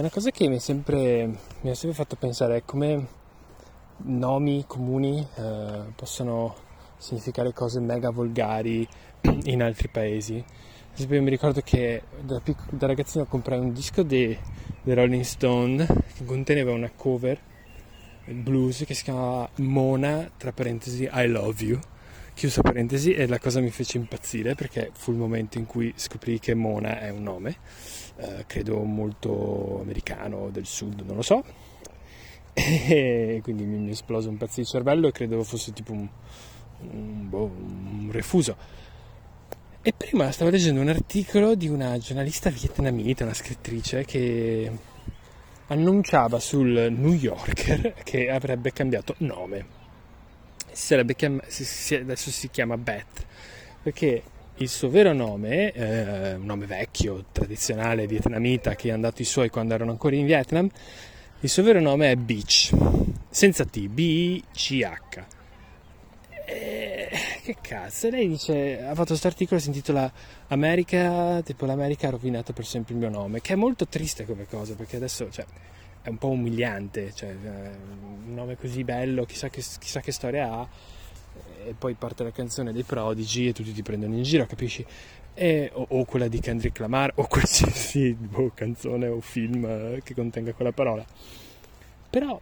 una cosa che mi ha sempre fatto pensare come nomi comuni possono significare cose mega volgari in altri paesi. Ad esempio, mi ricordo che da ragazzino comprai un disco dei Rolling Stone che conteneva una cover blues che si chiamava Mona, tra parentesi I love you, chiusa parentesi, e la cosa mi fece impazzire perché fu il momento in cui scoprì che Mona è un nome, credo molto americano, del sud, non lo so, e quindi mi è esploso un pezzo di cervello e credevo fosse tipo un refuso. E prima stavo leggendo un articolo di una giornalista vietnamita, una scrittrice, che annunciava sul New Yorker che avrebbe cambiato nome. Adesso si chiama Beth, perché il suo vero nome, un nome vecchio, tradizionale, vietnamita, che è andato i suoi quando erano ancora in Vietnam, il suo vero nome è Beach, senza T, B-I-C-H. Che cazzo, lei dice, ha fatto questo articolo che si intitola America, tipo l'America ha rovinato per sempre il mio nome, che è molto triste come cosa, perché adesso è un po' umiliante, un nome così bello, chissà che storia ha, e poi parte la canzone dei Prodigy e tutti ti prendono in giro, capisci? O quella di Kendrick Lamar, o qualsiasi canzone o film che contenga quella parola. Però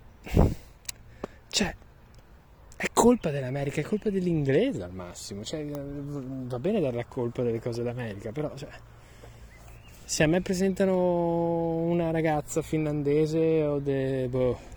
è colpa dell'America, è colpa dell'inglese al massimo, va bene dare la colpa delle cose d'America, però se a me presentano una ragazza finlandese o del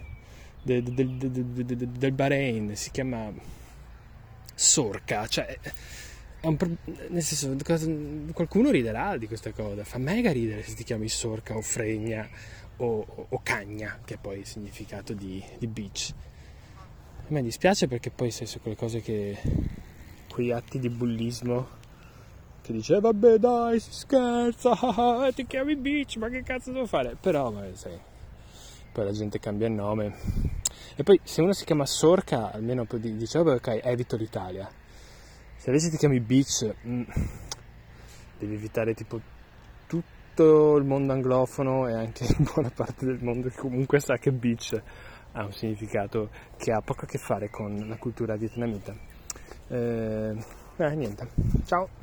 Bahrain, si chiama Sorca, nel senso, qualcuno riderà di questa cosa, fa mega ridere se ti chiami Sorca o Fregna o Cagna, che è poi il significato di beach. A me dispiace perché poi sai su quelle cose quei atti di bullismo che dice vabbè dai si scherza, ti chiami Beach, ma che cazzo devo fare? Però sai, poi la gente cambia il nome e poi se uno si chiama Sorca almeno poi dice vabbè ok, evito l'Italia. Se invece ti chiami Beach devi evitare tipo tutto il mondo anglofono e anche buona parte del mondo che comunque sa che Beach ha un significato che ha poco a che fare con la cultura vietnamita. Niente, ciao!